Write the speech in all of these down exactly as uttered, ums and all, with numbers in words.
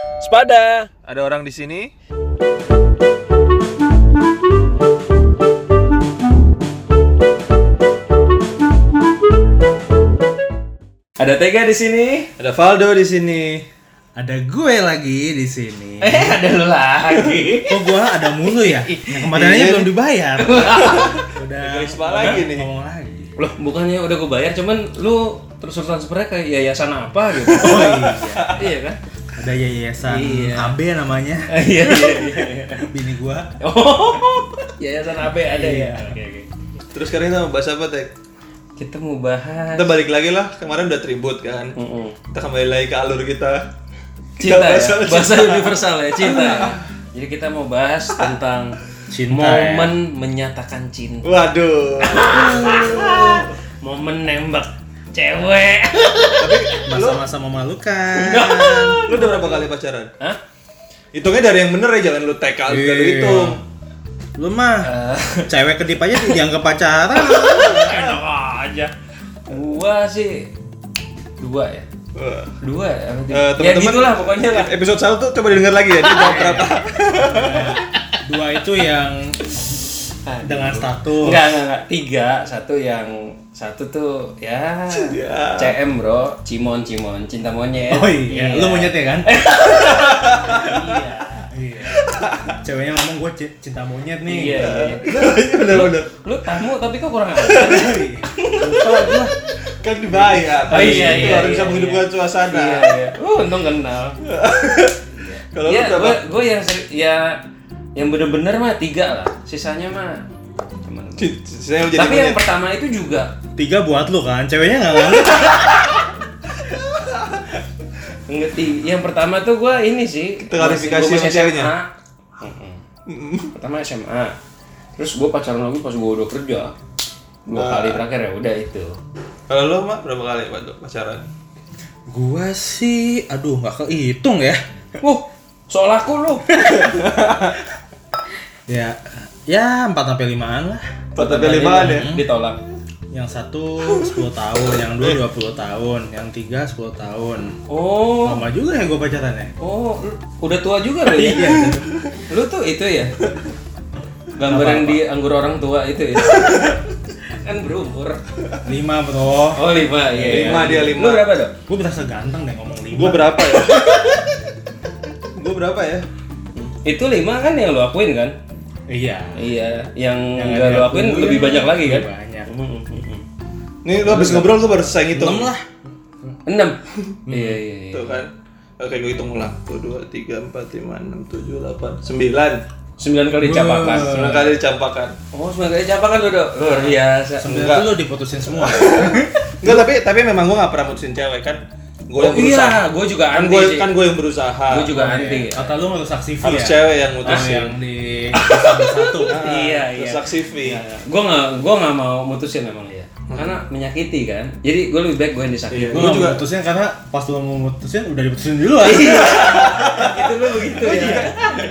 Sepada. Ada orang di sini. Ada Tega di sini. Ada Valdo di sini. Ada gue lagi di sini. Eh, ada lu lagi. Kok gue ada mulu ya? Yang kemarin aja belum dibayar. Udah Risma lagi nih. Ngomong lagi. Loh, bukannya udah gue bayar, cuman lu terus transfernya ke yayasan apa gitu. Oh iya. Iya kan? Ada yayasan Iya. A B namanya. Iya iya iya. Bini gue. Oh, yayasan A B ada ya. Oke oke. Terus sekarang kita mau bahas apa, Tek? Kita mau bahas Kita balik lagi lah. Kemarin udah tribut kan. Mm-mm. Kita kembali lagi ke alur kita. Cinta Kita ya? bahas Bahasa cinta. universal ya, cinta ya? Jadi kita mau bahas tentang Cinta, momen menyatakan cinta. Waduh. Momen nembak cewek. Masa-masa memalukan. Lu udah berapa kali pacaran? Hah? Hitungnya dari yang bener ya, jangan lu tek kali Iya. lu hitung. Lu mah cewek kedip aja dianggap pacaran. Enak aja. Gua sih dua ya. Wah. Dua ya. Eh, ya teman-teman, gitulah pokoknya lah. Episode satu coba didengar lagi ya, dia jawab berapa. Dua itu yang dengan status. Enggak, enggak, enggak. Tiga, satu yang satu tuh ya, Ya. C M bro, Cimon Cimon, cinta monyet. Oh iya, lu monyet ya kan? Iya. Iya. Ceweknya ngomong gue c- cinta monyet nih. Iya, iya. Bener-bener. Lu tamu tapi kok kurang ajar. Lupa gua. Kan dibayar. Oh, iya, Itu iya, harus iya, bisa iya. menghidupkan suasana. Iya, iya. Lu untung kenal. Kalau lu Iya, berapa? gua gua yang seri- ya yang bener-bener mah tiga lah. Sisanya mah cuman. C- Saya mau jadi Tapi yang monyet. pertama itu juga Tiga buat lu kan, ceweknya nggak ngerti. ngerti. Yang pertama tuh gua ini sih. Klarifikasi gua masih sama ceweknya? S M A. Mm-mm. Pertama S M A. Terus gua pacaran lagi pas gua udah kerja. Dua Nah. kali terakhir ya udah itu. Kalau lu Mak berapa kali Pak pacaran? Gua sih, aduh nggak kehitung ya. Wuh, soal aku lu. Ya, ya empat sampai limaan lah. empat sampai limaan ya. Ditolak. Yang satu sepuluh tahun, yang dua dua puluh tahun, yang tiga sepuluh tahun. Oh. Lama juga ya gua pacaran ya. Oh, lu udah tua juga lu ya? Iya. Lu tuh itu ya? Gambar yang di anggur orang tua itu ya? Kan berumur. Lima bro. Oh, lima, iya. Lima, iya. dia lima. Lu berapa, Dok? Gua berasa ganteng deh ngomong lima. Gua berapa ya? Gua berapa ya? Itu lima kan yang lu akuin kan? Iya. Iya, yang Yang enggak lu akuin diakuin lebih banyak lagi kan? lebih banyak. Nih lu habis ngobrol tuh baru selesai ngitung. Enam lah. Enam. Iya, iya, iya. Tuh kan. Oke, gue hitung ulang. satu, dua, tiga, empat, lima, enam, tujuh, delapan, sembilan. Sembilan kali capakan. Sembilan kali dicampakan. Oh, sembilan kali capakan lu, Dok. Luar biasa. Sembilan Enggak. itu lu diputusin semua. Enggak, tapi tapi memang gue gak pernah mutusin cewek kan. Gue yang Oh, berusaha. iya, gua juga Kan anti gue sih. kan gue yang berusaha. Gua juga anti. Kata lu ngerusak C V Harus ya? cewek yang Oh, mutusin. yang di satu satu. Iya, iya. Rusak C V. Gue nggak gue nggak mau mutusin emang ya karena menyakiti kan jadi gue lebih baik gue yang disakiti. Iya. Gue Gua juga juga- mutusin karena pas lu mau mutusin udah diputusin duluan. Iya. Itu lu begitu ya.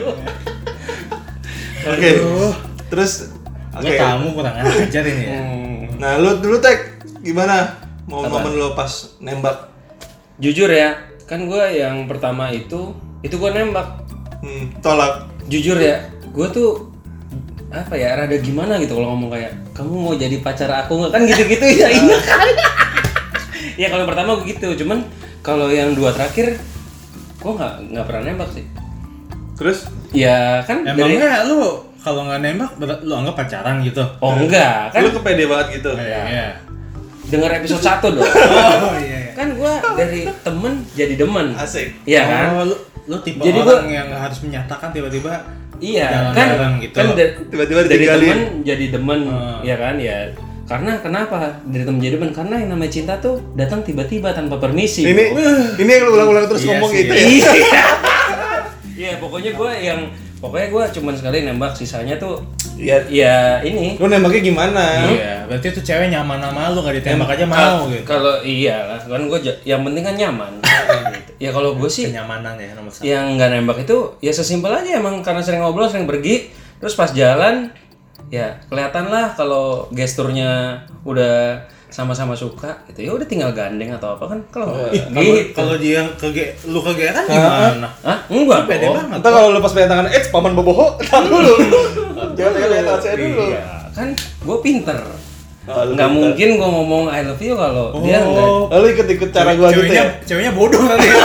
Oke. Terus Gue oke. tamu kurang ajar ini ya. Hmm. Nah, lu dulu Tek gimana? Mau Apa? momen lu pas nembak? Jujur ya kan gue yang pertama itu itu gue nembak. Hmm, tolak. Jujur ya gue tuh apa ya rada gimana gitu kalau ngomong kayak kamu mau jadi pacar aku nggak kan gitu-gitu ya iya kan. Ya kalau yang pertama gue gitu cuman kalau yang dua terakhir gue nggak nggak pernah nembak sih. Terus Ya kan dari Emangnya lu kalau nggak nembak ber- lu anggap pacaran gitu? oh enggak kan lu kepede banget gitu. Iya. dengar episode satu dong. Oh iya. Kan gua dari temen jadi demen. Asik. Iya kan? Oh, lu lu tipe Jadi orang gua- yang harus menyatakan tiba-tiba Iya, jalan kan bareng gitu. kan da- Tiba-tiba dari ditinggalin. temen jadi demen, Hmm. ya kan? Ya karena kenapa dari temen jadi demen? Karena yang namanya cinta tuh datang tiba-tiba tanpa permisi. Ini bro. ini yang lu ulang-ulang terus Iya ngomong sih, gitu iya. ya. Iya. Iya, pokoknya gua yang pokoknya gua cuman sekali nembak, sisanya tuh Iya. ya ini. Lu nembaknya gimana? Iya, berarti tuh cewek nyaman sama lu, gak ditembak aja Kal- mau gitu. Kalau iya lah, kan gua j- yang penting kan nyaman. Gitu. Ya kalau gua sih Kenyamanan ya nomor satu. yang nggak nembak itu ya sesimpel aja emang karena sering ngobrol sering pergi terus pas jalan ya kelihatan lah kalau gesturnya udah sama-sama suka gitu ya udah tinggal gandeng atau apa kan kalau Oh, gitu. Kalau dia yang ke lu kegeeran gimana? Hah? Enggak Pede dong. banget. Ntar kalau lepas pegang tangan, eh paman boboho, tahan dulu. Jangan pegang tangan saya dulu. Iya, kan gue pinter. Oh, lu Nggak pinter. mungkin gue ngomong I love you kalau dia enggak. Oh, lu ikut-ikut cara gua gitu Ceweknya, ya? ceweknya bodoh kali ya.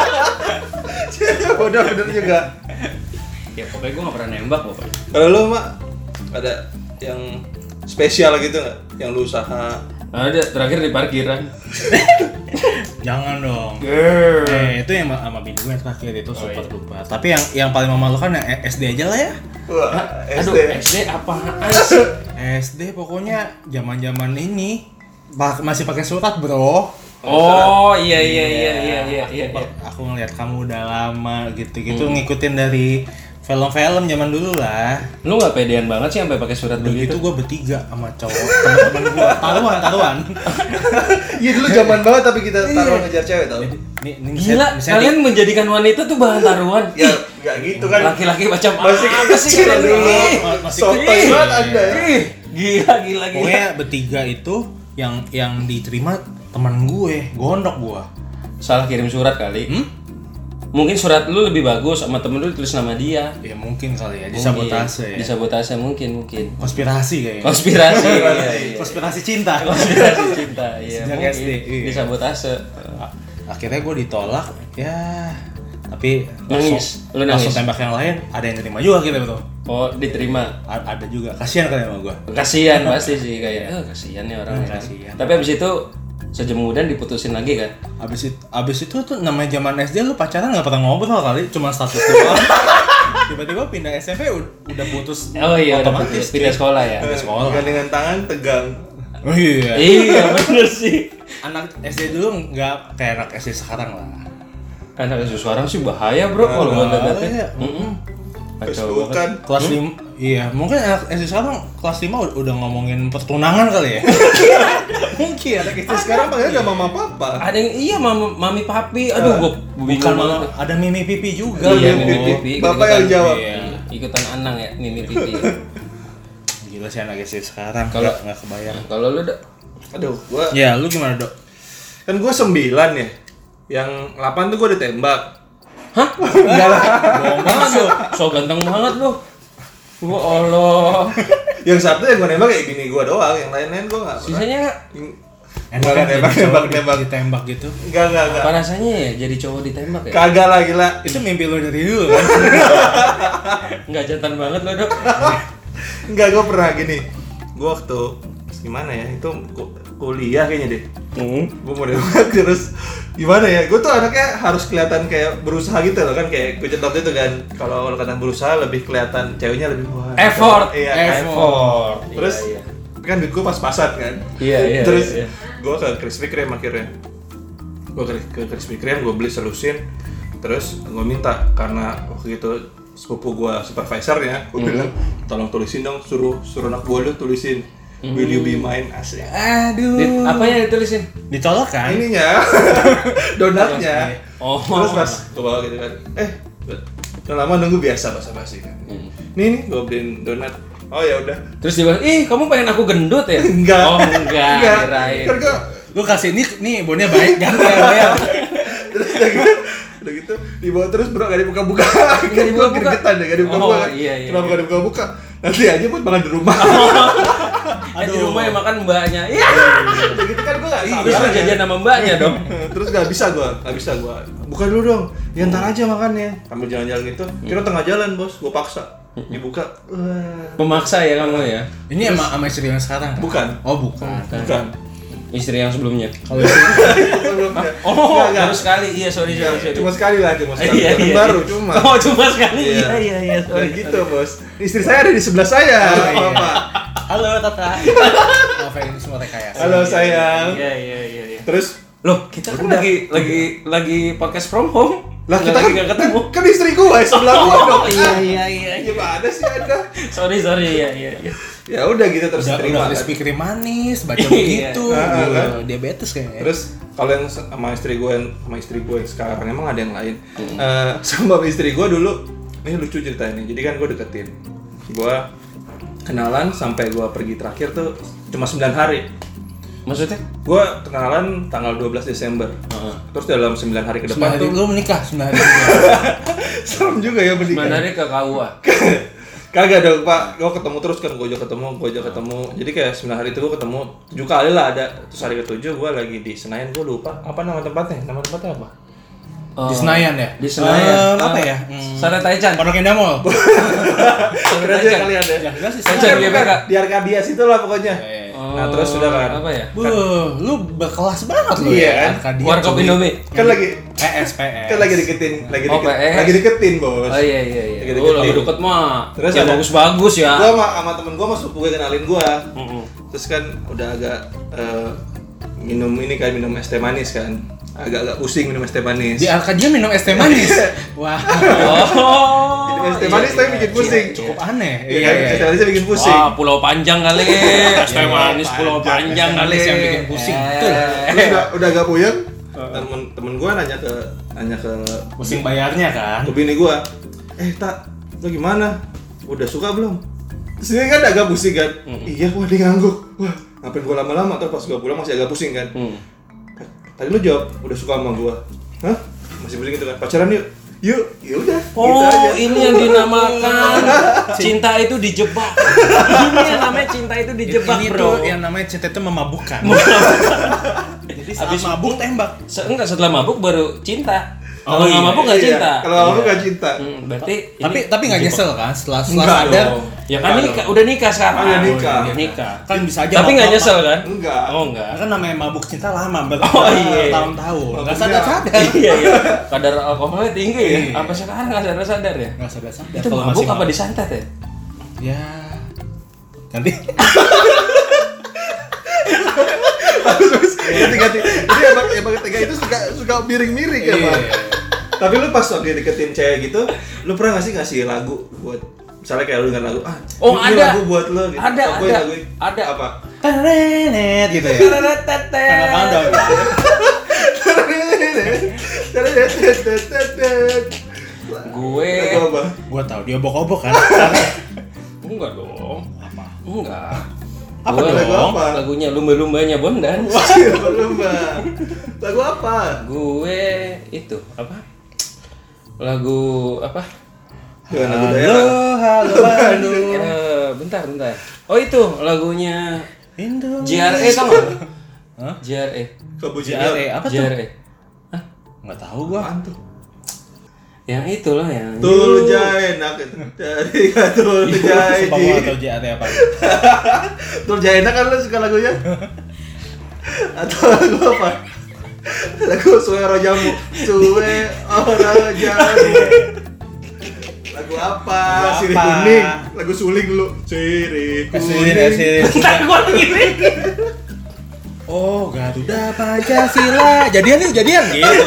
Ceweknya bodoh bener juga. Ya pokoknya gue nggak pernah nembak pokoknya. Kalau lu, Mak, ada yang spesial gitu nggak? Yang lu usaha? Ada terakhir di parkiran. Jangan dong. Girl. Eh, itu yang sama- sama bini gue yang terakhir itu super duper. Tapi yang yang paling memalukan yang S D aja lah ya. Wah, Aduh, S D. S D apaan sih? S D pokoknya zaman-zaman ini bak- masih pakai surat, Bro. Oh iya iya iya iya iya iya. iya. Aku ngeliat kamu udah lama gitu-gitu ngikutin dari film-film zaman dulu lah. Lu nggak pedean banget sih sampai pakai surat Begitu begitu? gue bertiga sama cowok teman-teman gue taruhan taruhan. Iya dulu zaman banget tapi kita taruhan ngejar cewek tau. Nih, nih, Gila, misalnya- kalian menjadikan wanita tuh bahan taruhan. Ya Ih, nggak gitu kan. laki-laki macam Masih apa sih kecil kalian dulu. ini? Masih Sotoy kecil. banget Anda ya. Ih, gila gila gila. Pokoknya bertiga itu yang yang diterima teman gue, gondok gue. Salah kirim surat kali. Hmm? Mungkin surat lu lebih bagus sama temen lu tulis nama dia. Ya mungkin kali ya, Mungkin. disabotase ya. Disabotase mungkin mungkin. Konspirasi kayaknya. Konspirasi. iya, iya. Konspirasi cinta. Konspirasi cinta. Iya, Sejak mungkin. S D, iya. Disabotase. Akhirnya gue ditolak, ya. Tapi Nangis. langsung, Lu nangis? langsung tembak yang lain, ada yang terima juga kita betul. Oh, diterima. A- ada juga, kasihan kali sama gue. Kasihan pasti sih kayak eh kasihan nih orang Hmm, ya. kasihan. Tapi abis itu sejam kemudian diputusin lagi kan. Abis itu, abis itu tuh namanya zaman S D lu pacaran nggak pernah ngobrol kali, cuma status doang. Tiba-tiba pindah S M P udah, udah putus. Oh iya, udah otomatis pindah sekolah ya. Pindah sekolah. Gandengan tangan tegang. Oh iya. Iya bener sih. Anak S D dulu nggak kayak anak S D sekarang lah. Anak S D sekarang sih bahaya bro kalau gua lihat Bahaya. ya. Kacau Facebook banget. kan. Kelas lima, iya mungkin anak S D sekarang kelas lima udah, udah ngomongin pertunangan kali ya. Mungkin Anak itu sekarang panggilnya udah mama papa. Ada yang iya mami, mami papi. Aduh gua bukan bingung malah banget. ada mimi pipi juga. Iya, Mimi mimi pipi. pipi. Bapak ikut-ikutan. yang jawab. Iya, ikutan anang ya, mimi pipi. Gila sih anak S D sekarang. Kalau- Kalau nggak kebayang. Kalau lu udah Aduh, gua Ya lu gimana dok? kan gua sembilan ya. Yang delapan tuh gua ditembak. hah? Enggak lah. Bohong banget lu. So ganteng banget lu. Gua Allah. Yang satu yang gua nembak ya bini gua doang, yang lain-lain gua enggak pernah. Sisanya Enak Enggak kan nembak, jadi cowok nembak, di- nembak. ditembak gitu. Enggak, enggak, enggak. apa rasanya ya jadi cowok ditembak ya? Kagak lah gila. Itu mimpi lu dari dulu kan? Enggak jantan banget lu, Dok. Enggak, gua pernah gini. Gua waktu gimana ya? Itu ku- kuliah kayaknya deh. Hmm. Gue mau nembak terus gimana ya? Gue tuh anaknya harus kelihatan kayak berusaha gitu loh kan, kayak gue cetot itu kan. Kalau kalau kata berusaha lebih kelihatan ceweknya lebih wah. Effort. Iya. Effort. Terus Iya, kan duit gue pas-pasan kan. Iya, iya. Terus iya, iya. gue ke Krispy Kreme akhirnya. Gue ke, ke Krispy Kreme, gue beli selusin. Terus gue minta karena waktu itu sepupu gue supervisornya, gue bilang tolong tulisin dong, suruh suruh anak gue lu tulisin. Will you be mine asli. Aduh. Dit, apa yang ditulisin? Ditolak kan? Ininya donatnya. Oh. Terus pas gue bawa gitu kan, eh udah lama nunggu biasa basa-basi kan. Hmm. Nih nih gue beliin donat. Oh ya udah. Terus dia bilang, ih kamu pengen aku gendut ya? Enggak. Oh enggak, Enggak. kirain. Kan gue Lu kasih ini nih bonnya baik kan ya. terus udah gitu, udah gitu dibawa terus bro, gak dibuka-buka. Kan gue dibuka-buka? gregetan ya, gak dibuka-buka. Oh, kan. iya, iya, Kenapa iya. gak dibuka-buka? Nanti aja buat makan di rumah. Eh, di rumah yang makan mbaknya. Iya. Udah gitu kan gue gak Terus lu jadian sama mbaknya dong. Terus gak bisa gue, gak bisa gue. Buka dulu dong, ya ntar aja makannya. Sambil jalan-jalan gitu, kira tengah jalan bos, gue paksa. Dibuka, wah. Pemaksa ya kamu ya. Ini sama sama istri yang sekarang kan? Bukan. Oh bukan. Bukan. Istri yang sebelumnya. Kalau istri Sebelumnya. Oh, Nggak, nggak. baru sekali. Iya, sorry, sorry, sorry. Cuma sekali lah, cuma sekali. Iya, Bukan iya, baru, iya. cuma. Oh, cuma sekali. Iya. Iya, iya, iya. Kayak Sorry. gitu bos. Istri saya ada di sebelah saya. Oh, iya. Bapak. Halo Tata. Maaf ya, ini semua rekayasa. Halo sayang. Iya, iya, iya, iya. Terus Loh, kita kan Udah. lagi lagi lagi podcast from home. lah kita Nggak- kan, nggak kan, ketemu. kan istri gua sebelah gua dong. Iya, iya, iya. Gimana sih Anda? Sorry, sorry. Iya, iya, iya. Ya udah gitu terus Udah, terima. udah kan. crispy krim manis, baca Iya. begitu. Ah, ah, Gila, kan? diabetes kayaknya. Terus kalau yang sama istri gue yang sama istri gue yang sekarang emang ada yang lain. Eh, sama istri gue dulu, ini lucu ceritanya. Jadi kan gue deketin, gue kenalan sampai gue pergi terakhir tuh cuma sembilan hari. Maksudnya? Gue kenalan tanggal dua belas Desember. Uh-huh. Terus dalam sembilan hari ke sembilan depan hari tuh lu menikah sembilan hari. serem juga ya menikah. sembilan hari ke K U A. Kagak dong Pak, gue ketemu terus kan, gue aja ketemu, gue aja ketemu. Jadi kayak sembilan hari itu gue ketemu tujuh kali lah ada. Terus hari ketujuh gue lagi di Senayan, gue lupa apa nama tempatnya, nama tempatnya apa? Di Senayan ya? Di Senayan. Um, apa ya? Hmm. Sate Taichan. Pondok Indah Mall. Kira aja kalian ya. Ya, jelas sih. Taichan G B K. Di Arkadia situ lah pokoknya. Oh, Nah terus sudah kan. Apa ya? Buh, lu berkelas banget lu Iya, ya. kan? Warkop Indomie. Kan lagi P S P S. kan lagi deketin, lagi Oh, deket, P S. lagi deketin bos. Oh iya iya iya. Deket-deket Oh, lagi nih. deket mah. Terus ya ada- bagus-bagus ya. Gue sama, sama temen gue masuk gue kenalin gue. Mm-mm. Terus kan udah agak eh, minum ini kan, minum es teh manis kan. Agak-agak pusing minum es teh manis. Di Arkadia minum es teh manis. Wah. Oh. Minum es teh manis tapi bikin pusing. Cukup aneh. Iya kan, es teh manisnya bikin pusing. Wah, Pulau Panjang kali. Es teh manis Pulau Panjang kali Manis yang bikin pusing. Eh. Betul. Terus udah udah agak puyeng. Temen temen gue nanya ke nanya ke Pusing bayarnya kan. ke bini gue, eh tak, lo gimana? Udah suka belum? Terus ini kan agak pusing kan? Iya, wah dia ngangguk. Wah, ngapain gue lama-lama? Terus pas gue pulang masih agak pusing kan? Hmm. Tadi lu jawab, udah suka sama gue. Hah? Masih pusing gitu kan? Pacaran yuk? Yuk, ya udah. Oh, gitu aja. ini yang dinamakan cinta itu dijebak. Ini yang namanya cinta itu dijebak, Ini bro. tuh yang namanya cinta itu memabukkan. Jadi saat Habis mabuk tembak. Se- enggak, setelah mabuk baru cinta. Oh, Kalau nggak iya, mabuk nggak Iya, cinta. kalau mabuk nggak cinta. Hmm, berarti Tapi ini tapi nggak dijebak. nyesel kan setelah setelah Enggak sadar. dong. Ya kan Enggak nikah, dong. udah nikah sekarang. Oh, udah nikah. Udah nikah. Kan bisa aja. Tapi nggak mabuk- nyesel kan? Enggak. Oh enggak. Kan namanya mabuk cinta lama ber Oh, iya. tahun-tahun. Nggak Mabuknya- sadar sadar. Iya iya. Kadar alkoholnya tinggi ya. Iya. Apa sekarang nggak sadar sadar ya? Nggak sadar sadar. Itu Kalau mabuk masih apa disantet ya? Ya. Nanti. Ganti-ganti. Jadi emang emang tiga itu suka suka miring-miring ya, Pak. Tapi lu pas lagi deketin cewek gitu, lu pernah nggak sih ngasih lagu buat misalnya kayak lu dengan lagu ah, Oh, ini ada. lagu buat lu gitu. Ada, Apa ada. lagu ini? Ada. Apa? Terenet gitu ya. Kan dong. Gue Lagu apa? Gua tahu dia obok-obok kan. enggak dong. Apa? Enggak. Apa Gue lagu dong? apa? Lagunya lumba-lumbanya Bondan. Lomba. Lagu apa? Gue itu apa? Lagu apa? Jangan lagu Halo, daerah. halo Bandung. Eh, bentar, bentar. Oh itu lagunya Indonesia. J R E tau nggak? Hah? J R E. Kebu J R E apa J tuh? R E. Hah? Enggak tahu gua. Apaan tuh? Yang itu loh yang. Tul Jaenak itu. Dari Tul Sumpah gua nggak tahu Jaeji. J R E apa. Tul Jaenak kan lu suka lagunya? Atau lagu apa? Lagu Suero Jamu. Suero Jamu. Lagu apa? Lagu Sirih apa? kuning. Lagu suling lu. Sirih Sini kuning. sini. Bentar gua gini. Oh, Garuda Pancasila. Jadian nih, jadian gitu.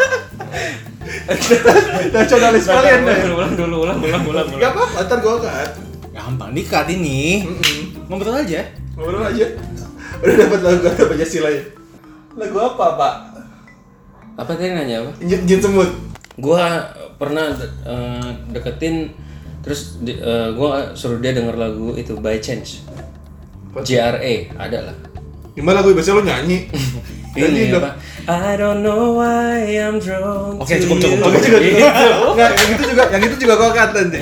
Nasionalis kalian deh. Ulang dulu, ulang, ulang, ulang, ulang. Gak apa-apa, ntar gue angkat. Gampang dikat ini. Mm-mm. Ngobrol aja. Ngobrol aja. Udah dapat lagu kata Pancasila ya. Lagu apa, Pak? Apa tadi nanya apa? Jin, jin semut. Gua pernah eh, deketin terus di- eh, gua suruh dia denger lagu itu By Chance. J R E ada lah. Gimana lagu biasa lo nyanyi? Nyanyi Ini dong. apa? I don't know why I'm drawn Oke, to cukup, cukup, you. Oke juga juga. Enggak, yang itu juga, yang itu juga gua angkat nanti.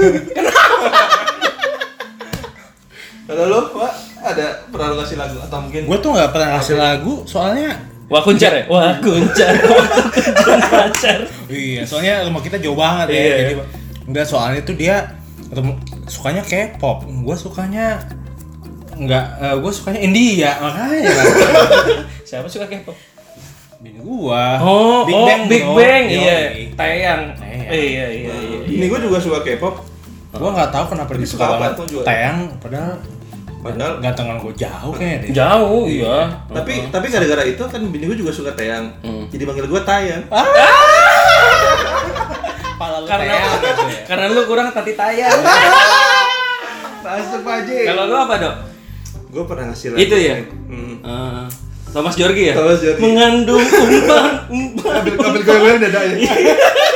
Kalau lo, Pak, ada pernah lo ngasih lagu atau mungkin Gue tuh nggak pernah ngasih lagu, soalnya Wah kuncar ya? Wah kuncar. Waktu kuncar pacar. iya, soalnya rumah kita jauh banget ya. Iya. Jadi enggak, soalnya tuh dia rum- sukanya K-pop. Gue sukanya enggak, gue sukanya India makanya. Siapa suka K-pop? Bini gua. Oh, Big oh, Bang, Big bro. Bang, Yoi. iya. Tayang. Tayang. Iya, iya, iya. ini gue juga suka K-pop. Gua nggak tahu kenapa dia suka suka apa banget. tuh juga? Tayang, padahal Padahal gantengan gue jauh kayaknya deh. Jauh, iya. tapi tapi gara-gara itu kan bini gue juga suka Tayang. Hmm. Jadi manggil gue Tayang. Kepala lu Karena Tayang gitu ya. karena lu kurang tati tayang. Masuk aja. Kalau lu apa, Dok? Gue pernah ngasih lagu. Itu ya? Hmm. Eh, Thomas Jorgi ya? Thomas Jorgi. Mengandung umpan, umpan. Ambil ambil goyang-goyang dadanya.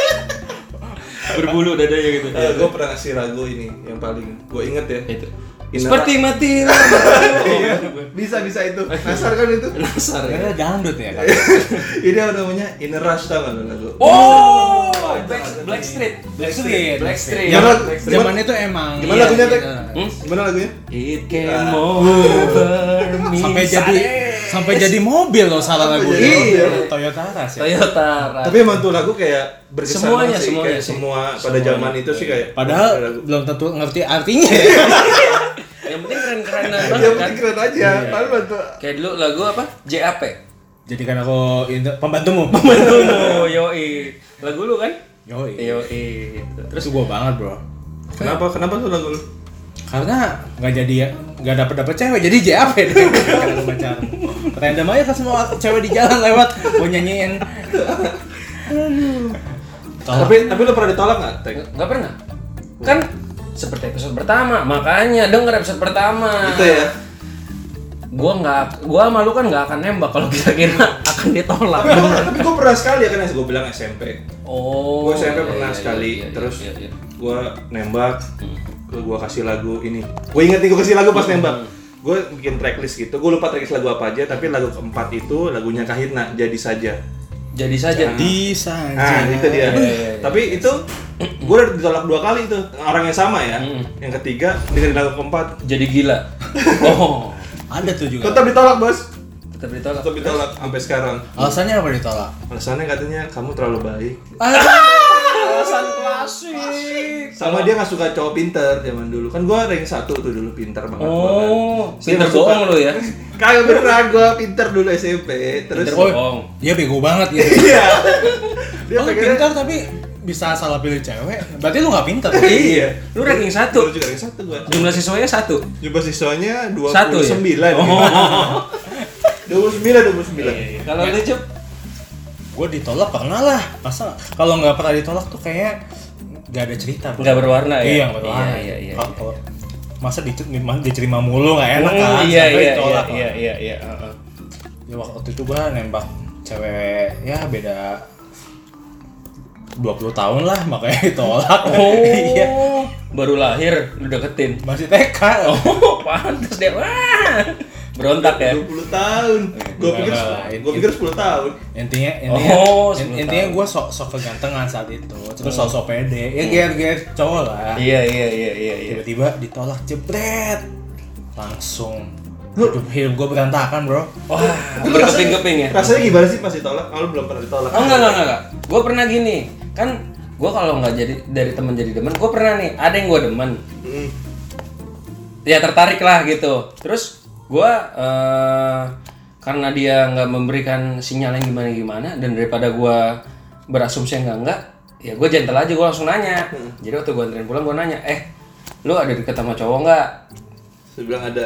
Berbulu dadanya gitu. gue pernah ngasih lagu ini yang paling gue inget ya. Itu. Seperti mati. Iya, bisa bisa itu. Nasar kan itu. Nasar ya. Karena dangdut ya kan. Ini apa namanya? Inner Rush tau kan lagu? Oh, Black, Black Street. Black Street. Black Street. Gimana? Black Street. Zaman itu emang. Gimana iya, lagunya, Tek? iya. Hmm? Gimana lagunya? It came over me. Sampai jadi sampai jadi mobil loh salah lagu. jadi Iya. mobil. Toyota Rush ya. Toyota. Tapi emang tuh lagu kayak berkesan Semuanya, banget sih. semuanya Kayak sih. semua pada Semuanya. zaman itu sih kayak Padahal lagu. belum tentu ngerti artinya ya. Yang penting keren-keren Ya banget kan. penting keren aja. Padahal bantu. Kayak dulu lagu apa? J A P. Jadi kan aku ini pembantumu. Pembantumu, yoi. Lagu lu kan? Yoi. Yoi. Terus gua banget, Bro. Kenapa? Kenapa tuh lagu lu? Karena nggak jadi ya, nggak dapet dapet cewek, jadi J A P deh. Karena gua pacaran. Random aja kan semua cewek di jalan lewat, gua nyanyiin. Tapi tapi lu pernah ditolak nggak? Tek? Enggak pernah. Kan seperti episode pertama, makanya denger episode pertama. Gitu ya. Gua nggak, gua malu kan nggak akan nembak kalau kira-kira akan ditolak. Tapi gua, tapi gua pernah sekali ya kan yang gua bilang S M P. Oh. Gua S M P iya, pernah iya, sekali. iya, iya, Terus iya, iya. gua nembak. Terus gua kasih lagu ini. Gua inget nih gua kasih lagu pas nembak. Gua bikin tracklist gitu. Gua lupa tracklist lagu apa aja, tapi lagu keempat itu lagunya Kahitna, Jadi Saja. Jadi saja. Di saja. Nah, itu dia. Iya, iya, iya. Tapi itu gue udah ditolak dua kali itu. Orang yang sama ya. Mm. Yang ketiga dengerin lagu keempat. Jadi gila. Oh. Ada tuh juga. Tetap ditolak, Bos. Tetap ditolak. Tetap ditolak sampai sekarang. Alasannya apa ditolak? Alasannya katanya kamu terlalu baik. Alasan klasik. Sama dia nggak suka cowok pinter zaman dulu. Kan gue rank satu tuh dulu pinter banget. gua kan. Oh, Dia pinter nggak suka. bohong lu ya. Kagak beneran gue pinter dulu S M P. Terus Pinter Oh, bohong. dia bego banget gitu. iya. Dia Oh, pengennya pintar tapi bisa salah pilih cewek. Berarti lu nggak pintar. Iya. Lu ranking Dulu satu. juga rank satu gue. Jumlah siswanya satu. Jumlah siswanya dua Satu puluh ya? sembilan. Oh. dua puluh sembilan, dua puluh sembilan. Kalau lu Cup, Gue ditolak pernah lah. Masa kalau nggak pernah ditolak tuh kayaknya nggak ada cerita. Bro. nggak berwarna ya? Iya, nggak berwarna. Iya, iya, iya. Kalau- Masa di, diterima mulu nggak enak Hmm, kan? iya, Sampai iya, ditolak iya, lah. iya, iya, heeh. Ya waktu itu gue nembak cewek ya beda dua puluh tahun lah makanya ditolak. Oh, Iya. baru lahir lu deketin. Masih T K. Oh, pantas deh. Wah. Berontak ya. dua puluh tahun. Gue pikir Enggak, gue pikir sepuluh tahun. Intinya intinya Oh, in- sepuluh intinya tahun. gue sok sok kegantengan saat itu. Terus sok sok pede. Ya ger ger cowok lah. Iya, iya, iya, iya, iya. Tiba-tiba ditolak jebret. Langsung hidup, hidup gue berantakan, Bro. Wah, berkeping-keping ya. Rasanya gimana sih pas ditolak? Kalau belum pernah ditolak. Oh enggak, enggak, enggak, enggak. Gue pernah gini, kan gue kalau nggak jadi dari teman jadi demen, gue pernah nih, ada yang gue demen, Hmm. ya tertarik lah gitu. Terus gue eh, karena dia nggak memberikan sinyal yang gimana gimana, dan daripada gue berasumsi yang enggak enggak, ya gue gentle aja, gue langsung nanya. Jadi waktu gue anterin pulang gue nanya, eh, lu ada deket sama cowok nggak? Saya bilang ada.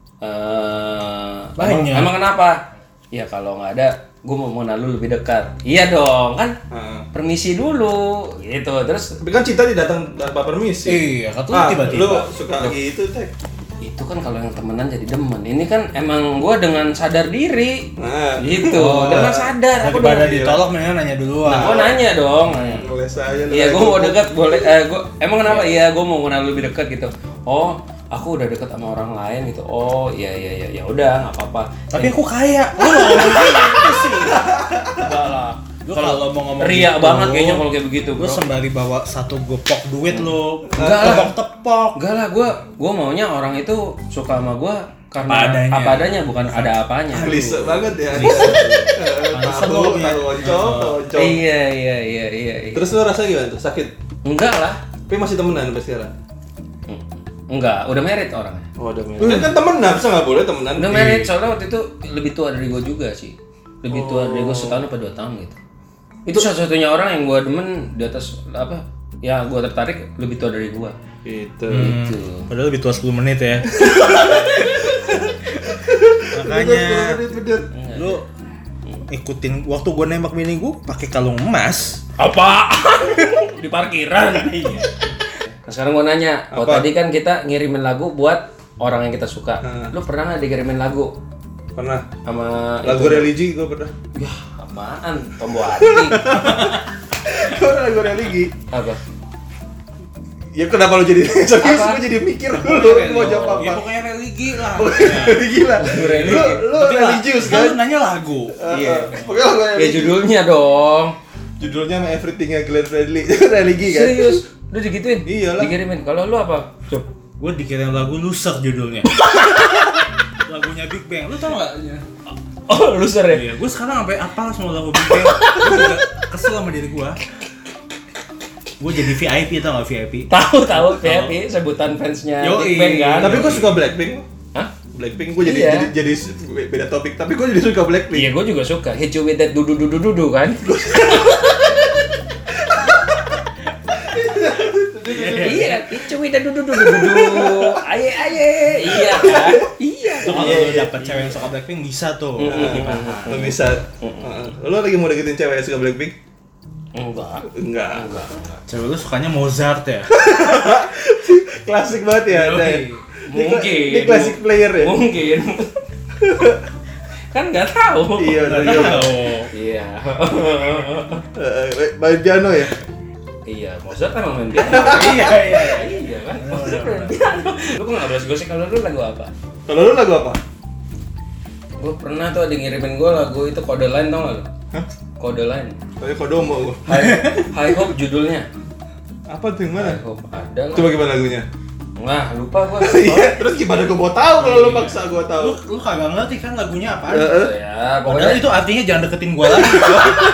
Eh, Banyak. emang, emang kenapa? Ya kalau nggak ada, gue mau mengenal lu lebih dekat. Iya dong, kan? Heeh. Permisi dulu, gitu. Terus Tapi kan cinta tidak datang tanpa permisi. Iya, kata lu Ah, tiba-tiba. lu suka gitu, Tek. itu kan kalau yang temenan jadi demen. Ini kan emang gue dengan sadar diri, Nah, gitu. Dengan sadar. Aku Daripada udah. ditolak mendingan nanya duluan. Nah, gue nanya dong. boleh saya. Iya, gue mau dekat, boleh. Eh, gua, emang kenapa? Iya, gue mau kenal lebih dekat gitu. Oh, aku udah dekat sama orang lain gitu. Oh, iya iya iya, ya udah, nggak apa-apa. Tapi aku kaya. Lu nggak ngomong gitu sih. Enggak lah. Lu kalau mau ngomong Ria gitu, banget kayaknya kalau kayak begitu, Lu bro. sembari bawa satu gopok duit lu. Enggak lah. Tepok-tepok. Enggak lah, gue gue maunya orang itu suka sama gue karena Apa adanya. apa adanya, bukan ada apanya. Lisa banget ya. Pantesan Tahu, lu punya- tahu oncom, tahu oncom. Iya iya iya iya. iya. Terus lu rasa gimana tuh? Sakit? Enggak lah. Tapi masih temenan sampai sekarang? Enggak, udah married orangnya. Oh, udah married. Kan, kan temenan, bisa nggak boleh temenan. Udah married, soalnya waktu itu lebih tua dari gue juga sih. Lebih tua dari gue setahun apa dua tahun gitu. Itu satu-satunya orang yang gue demen di atas apa? Ya gue tertarik lebih tua dari gue. Gitu. Gitu. Padahal lebih tua sepuluh menit ya. Makanya Bener. lu ikutin waktu gue nembak bini gue pakai kalung emas. Apa? Di parkiran. Iya. Nah, sekarang gue nanya, oh Apa? tadi kan kita ngirimin lagu buat orang yang kita suka. Hmm. Lu pernah nggak dikirimin lagu Pernah. sama Lagu itu? religi gue pernah. Ya, apaan? Tombo hati. Pernah lagu religi. Apa? Ya kenapa lu jadi serius? Apa? Gue jadi mikir dulu mau jawab Ya apa. pokoknya religi lah. Gila. Lu lu Tapi lah, religius kan lu kan? nanya lagu. Iya. Oke lah gue Ya judulnya dong. Judulnya mah Everything-nya Glenn Fredly. Religi kan? Serius? Udah digituin? Iyalah. Dikirimin. Kalau lu apa? Coba. Gue dikirim lagu Loser judulnya. Lagunya Big Bang. Lu tau gak? Oh, loser ya? Iya, gue sekarang sampai apal semua lagu Big Bang. Gue juga kesel sama diri gue. Gue jadi V I P, tau gak V I P? Tahu tahu V I P sebutan fansnya Yoi. Big Bang kan. Tapi gue suka Blackpink. Hah? Blackpink gue jadi, Iya. jadi jadi beda topik. Tapi gue jadi suka Blackpink. Iya, gue juga suka. Hit you with that dudu dudu dudu kan. Iya, hit you with that dudu dudu dudu. Aye aye. Iya kan? Iya. Tuh kalau Iya, lu iya, dapet cewek yang suka Blackpink bisa tuh. Mm-mm. Lo bisa. Uh, lo lagi mau deketin cewek yang suka Blackpink? Enggak. Enggak. Enggak. Cewek lu sukanya Mozart ya? Klasik banget ya. Yoi. Ada ya? Mungkin. Ini klasik player ya. Mungkin. Kan nggak tahu. Iya, udah Nggak iya. tahu. Iya. Eh, main piano ya. Iya, Mozart emang main piano. Iya, iya. Iya kan? Mozart main piano. Lu kok nggak beres gosip kalau lu lagu apa? Kalau lo lagu apa? Gue pernah tuh ada yang ngirimin gue lagu itu Kode Line, tau gak lu? Hah? Kode Line. Kayak Kodomo gue. High, High Hope judulnya. Apa tuh yang mana? High Hope ada lah. Coba gimana lagunya? Wah, lupa gue. Iya, terus gimana gue mau tahu kalau lo paksa gue tahu? Lu, lu kagak ngerti kan lagunya apaan? Heeh. Ya, Padahal pokoknya itu artinya jangan deketin gua lagi gitu.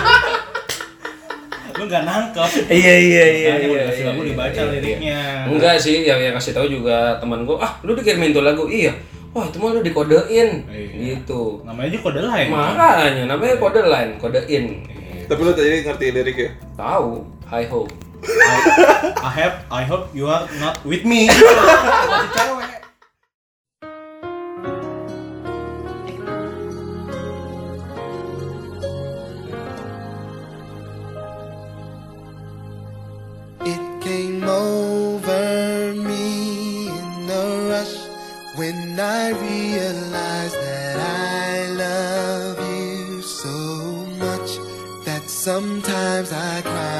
Lu gak nangkep. Iya iya Makanya udah kasih lagu dibaca liriknya. Enggak sih, yang yang kasih tahu juga teman gue. Ah, lu dikirimin tuh lagu. Iya. Wah, itu mah lu dikodein. Iya. Gitu. Namanya aja kode lain. Makanya namanya kode line, kodein. Tapi lo tadi ngerti liriknya? Tahu, High Hope. I, I have, I hope you are not with me. Masih cewek. It came over me in a rush when I realized that I love you so much that sometimes I cry.